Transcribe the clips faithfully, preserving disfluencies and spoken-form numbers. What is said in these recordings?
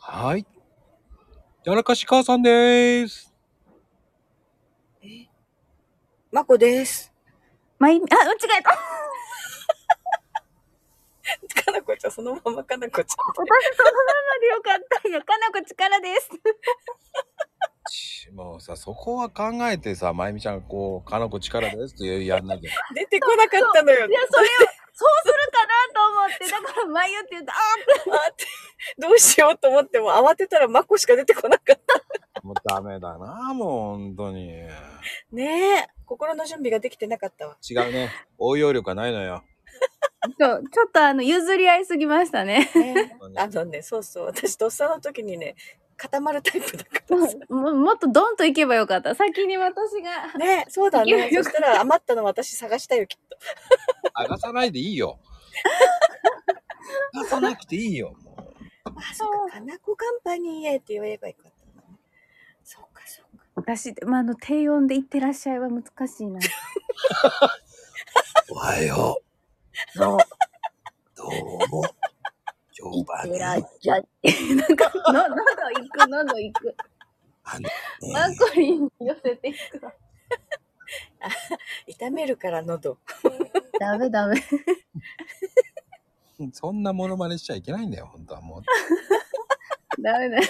はい。やらかし母さんでーす。 え、まこです。 まい、あ、間違えた。 かなこちゃん、そのままかなこちゃん。 私そのままでよかったよ。かなこ力です。 ちもうさ、そこは考えてさ、まゆみちゃん、こう、かなこ力ですってやんなきゃ。 出てこなかったのよ。 いや、それを、そうするかなと思って、だから、まゆって言うと、ああってどうしようと思っても慌てたらまこしか出てこなかった。 もうダメだな、もう本当に。 ねえ、心の準備ができてなかったわ。 違うね。応用力がないのよ。 ちょ、ちょっとあの、譲り合いすぎましたね。 ね、あのね、そうそう。私、とっさの時にね、固まるタイプだからさ。 ももっとドンと行けばよかった。先に私が。 ね、そうだね。そしたら余ったの私探したよ、きっと。 探さないでいいよ。探さなくていいよ、もう。 あ、そっか、かなこカンパニーへって言えばよかったのね。そっか、そっか。 私、まあ、あの、低音で行ってらっしゃいは難しいな。 おはよう。そう。 どうも。 行ってらっしゃい。なんか、の、喉行く、喉行く。 あの、 マッコリンに寄せていくわ。 痛めるから喉。 ダメダメ。 そんなモノマネしちゃいけないんだよ、本当はもう。 ダメだよ。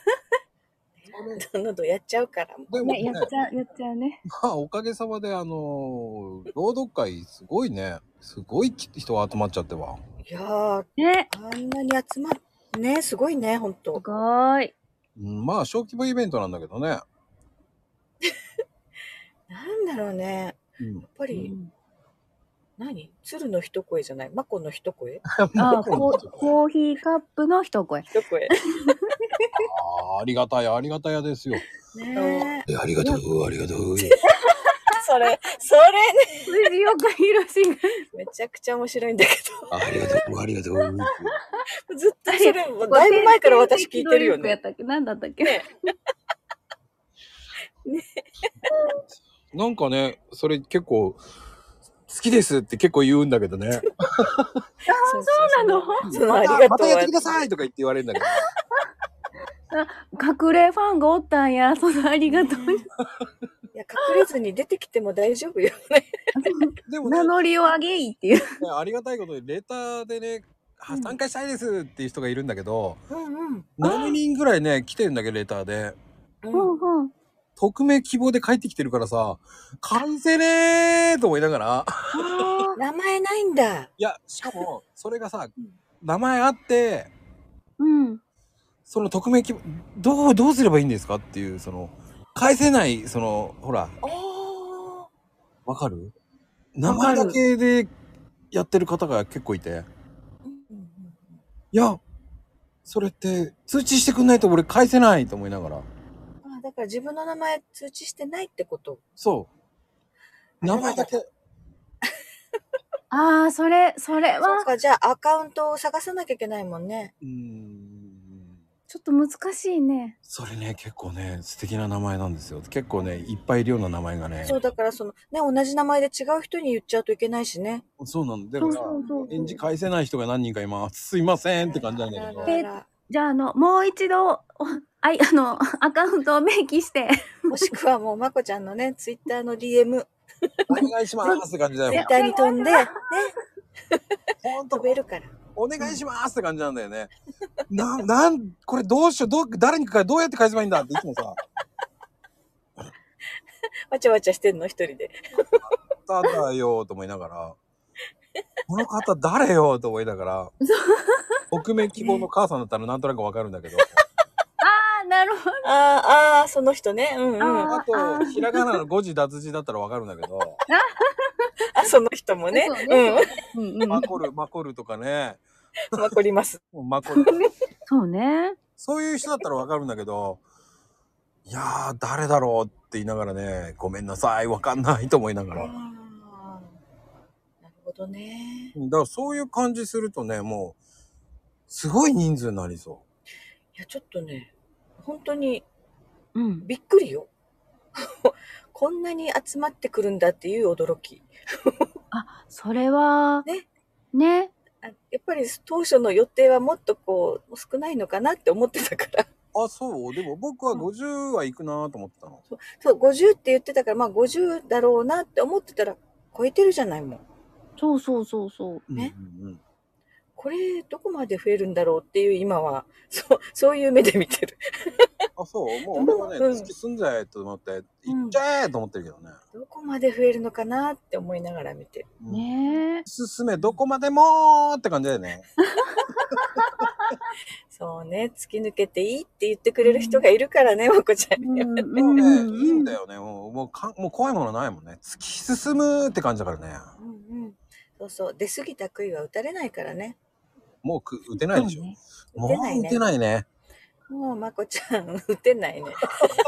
喉やっちゃうから。 でもね、 ね、 やっちゃう、やっちゃうね。 まあ、おかげさまで、あのー、朗読会、すごいね。すごい人が集まっちゃってわ。 いやー、 ね。 あんなに集まっ、ね、すごいね、ほんと。 すごーい。 うん、まあ、小規模イベントなんだけどね。 なんだろうね。 うん、 やっぱり、 うん、 何鶴の一声じゃないマコの一声あコ、コーヒーカップの一声。 一声。 ああ、ありがたい、ありがたやですよ。 ねえ、ありがとう、ありがとう。 それ、それね。 藤岡弘が。 めちゃくちゃ面白いんだけありがとう、ありがとう。 ど。ずっとそれ、だいぶ前から私聞いてるよね。 やったっけ何だったっけねねなんかね、それ結構、好きですって結構言うんだけどね。 ああ、そうなのそのありまた、 がとうまたやってくださいとか言って言われるんだけど。 隠れファンがおったんや。そのありがとう。 いや、隠れずに出てきても大丈夫よね。 でもね、 名乗りを上げいっていう。 ねありがたいことに、レターでね、参加したいですっていう人がいるんだけど、 うんうん。 何人ぐらいね、来てるんだけど、レターで。 ううんんうん。 匿名希望で帰ってきてるからさ、返せねーと思いながら。 名前ないんだ。 いや、しかも、それがさ、名前あって、 うん。 その匿名希望、どう、どうすればいいんですかっていう、その、返せない、その、ほら、 おー。 わかる名前だけでやってる方が結構いて。 うんうんいや、それって通知してくんないと俺返せないと思いながら。 あ、だから自分の名前通知してないってこと。 そう。名前だけ。 ああ、それ、それそっは、 か、じゃあアカウントを探さなきゃいけないもんね。 うーん。 ちょっと難しいね。 それね、結構ね、素敵な名前なんですよ。結構ね、いっぱいいるような名前がね。 そう、だからその、ね、同じ名前で違う人に言っちゃうといけないしね。 そうなの。でもさそうそうそう、 返事返せない人が何人かいます。すいませんって感じなんだけど。 えじゃあ、あの、もう一度、おあい、あの、アカウントを明記して。 もしくはもう、まこちゃんのね、ツイッターの ディーエム。 お願いしますって感じだよ。 ツイッターに飛んで、ね。 ほんと飛べるから。 お願いしますって感じなんだよね。な、なん、これどうしよう、どう、誰にかどうやって返せばいいんだっていつもさ。 わちゃわちゃしてんの一人で。 ただよと思いながら。この方誰よと思いながら。匿名希望の母さんだったらなんとなくわかるんだけど。 ああ、なるほど。 あーあー、その人ね。うんうん。ああと、ひらがなの誤字脱字だったらわかるんだけど。 あ、その人もね。 うん。うんうん。 マコル、マコルとかね。 まこります。 マコル。 そうね。 そういう人だったらわかるんだけど、いやー、誰だろうって言いながらね、ごめんなさい、わかんないと思いながら。 ああ、なるほどね。 だからそういう感じするとね、もう、すごい人数になりそいや、ちょっとね、本当に、 うん。 びっくりよ。こんなに集まってくるんだっていう驚き。 あ、それは、 ね。 ね。 あやっぱり当初の予定はもっとこう少ないのかなって思ってたから。 あ、そう。でも僕はごじゅうは行くなと思ってたの。 そうそう、ごじゅうって言ってたから、まあごじゅうだろうなって思ってたら超えてるじゃないもん。 そうそうそうそう。 ね。 うんうんうん、 これどこまで増えるんだろうっていう今はそうそういう目で見てる。 あ、そう。もう俺はね、 うん突き進んじゃえと思って行っちゃえと思ってるけどね。 どこまで増えるのかなって思いながら見てる。 うん、 ねえ。 進めどこまでもって感じだよね。 そうね、突き抜けていいって言ってくれる人がいるからね、まこちゃんに。 うんもうね、 うんいいんだよね。もうもうかもう怖いものないもんね。突き進むって感じだからね。 うんうん。そうそう、出過ぎた杭は打たれないからね。 もうく打てないでしょ。 そうねもう打てないね打てないね。 もうまこちゃん打てないね。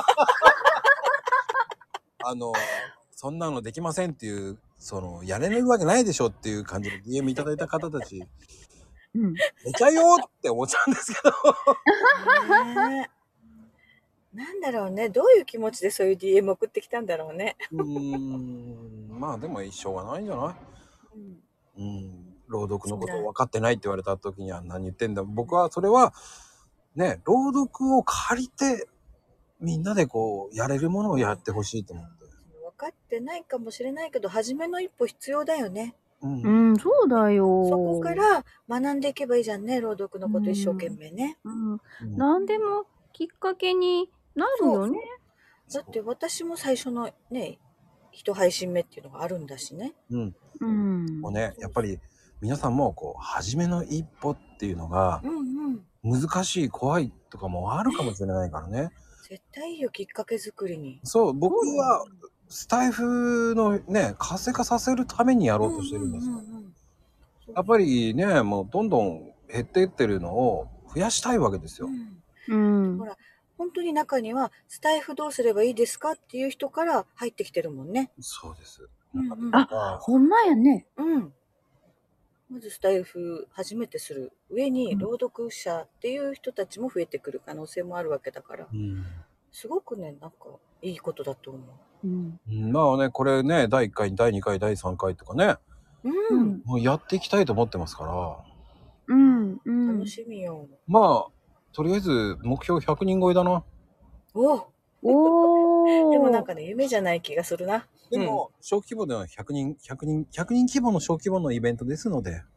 あの、そんなのできませんっていう、その、やれるわけないでしょっていう感じの ディーエム いただいた方たち、 うん。 寝ちゃうよって思っちゃうんですけど。 ねえなんだろうね、どういう気持ちでそういう ディーエム 送ってきたんだろうね。 うーん、まあでもしょうがないんじゃない？ うんうん、朗読のことを分かってないって言われた時には何言ってんだ。僕はそれは、ね、朗読を借りて、みんなでこう、やれるものをやってほしいと思って。 分かってないかもしれないけど、初めの一歩必要だよね。 うん、 うん、そうだよ。 そこから学んでいけばいいじゃんね、朗読のこと一生懸命ね。 うん。 うん何でもきっかけになるよね。 だって私も最初のね、一配信目っていうのがあるんだしね。 うん。 うん。 もうね、やっぱり皆さんもこう、初めの一歩っていうのがうんうん。 難しい、怖いとかもあるかもしれないからね。 絶対いいよ、きっかけ作りに。 そう、僕はスタイフのね、活性化させるためにやろうとしてるんですよ。 うんうんうんうんやっぱりね、もうどんどん減っていってるのを増やしたいわけですよ。 うんうんほ。ら、本当に中には、スタイフどうすればいいですかっていう人から入ってきてるもんね。 そうです。 うんうんあ、ほんまやね。 うん。まずスタイフ初めてする上に、 うん朗読者っていう人たちも増えてくる可能性もあるわけだから、 うんすごくね、なんか、いいことだと思うん。 うんまあね、これね、だいいっかい、だいにかい、だいさんかいとかね、 う。 ううん。 ん。 もうやっていきたいと思ってますから、 うん。うん楽。しみよ。 まあ、とりあえず目標ひゃくにん超えだな。 おおー。 でもなんかね、夢じゃない気がするな。 でも、小規模ではひゃくにん、ひゃくにん、ひゃくにん規模の小規模のイベントですので。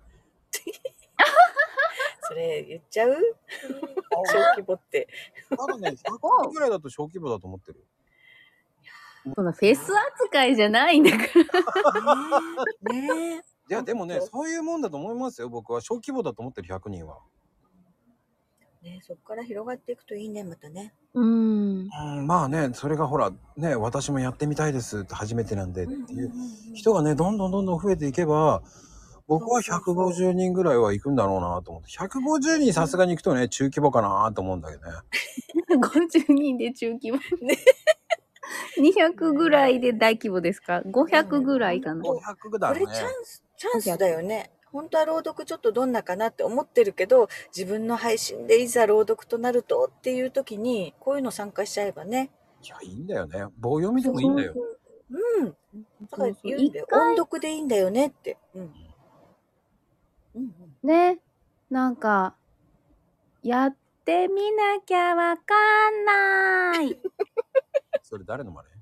それ言っちゃう小規模って。 ただね、ひゃくにんぐらいだと小規模だと思ってる。 そんなフェス扱いじゃないんだから。 ねえ。ねいや、でもね、そういうもんだと思いますよ。僕は小規模だと思ってるひゃくにんは。 え。ねえそこから広がっていくといいね、またね。 うん。 うん、まあね、それがほら、ね、私もやってみたいですって初めてなんでっていううん人がね、どんどんどんどん増えていけば、僕はひゃくごじゅうにんぐらいは行くんだろうなと思って。ひゃくごじゅうにんさすがに行くとね、中規模かなと思うんだけどね。 ごじゅうにんで中規模。にひゃくぐらいで大規模ですか ?ごひゃく ぐらいかな。 ごひゃくぐらいねこれ。チャンス、チャンスだよね。本当は朗読ちょっとどんなかなって思ってるけど、自分の配信でいざ朗読となるとっていう時に、こういうの参加しちゃえばね。 いや、いいんだよね。棒読みでもいいんだよ。 うん。だから言うんだよ。 一回音読でいいんだよねって。うん。うんうんね。なんか、やってみなきゃわかんない。 それ誰の真似？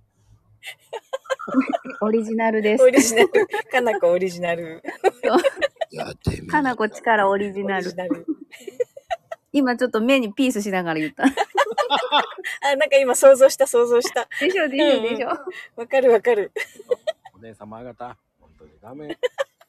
オリジナルですオ。リジナル。かなこオリジナル。 やってみかなこ力オリジオナル。 リジナル。 今ちょっと目にピースしながら言った。 あ、なんか今想像した想像した。 でしょでしょでしょ。 わかるわかる。 お姉様方、本当にダメ。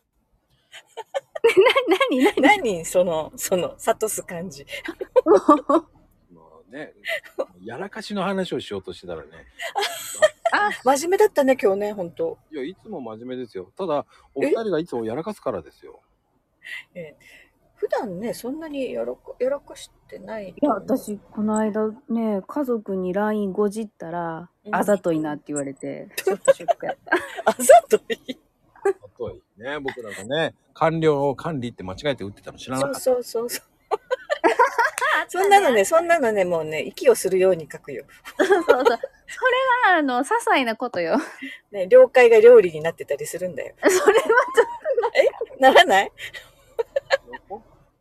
なになに何その、その、諭す感じ。 もうね、やらかしの話をしようとしてたらね。 あ、 真面目だったね、今日ね、ほんと。 いや、いつも真面目ですよ。ただ、お二人がいつもやらかすからですよ。 え普段ね、そんなにやらか、やらかしてない。 いや、私、この間ね、家族に ライン ごじったら、 うんあざといなって言われて、ちょっとショックやった。 あざとい。 あとはいいね。僕なんかね、官僚を管理って間違えて打ってたの知らなかった。 そうそうそうそう。そんなのね、そんなのね、もうね、息をするように書くよ。 そうそう。それは、あの、些細なことよ。 ね、了解が料理になってたりするんだよ。 それはならない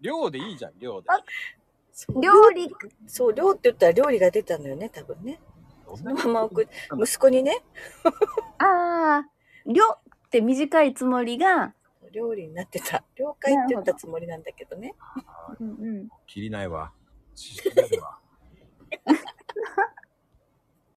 量でいいじゃん、量で。 あそう料理。 そう、量って言ったら料理が出たのよね、多分ね。そのまま送息子にね、 ああ、量って短いつもりが、 料理になってた。了解って言ったつもりなんだけどね。 うんうん。 切りないわ。知識ないわ。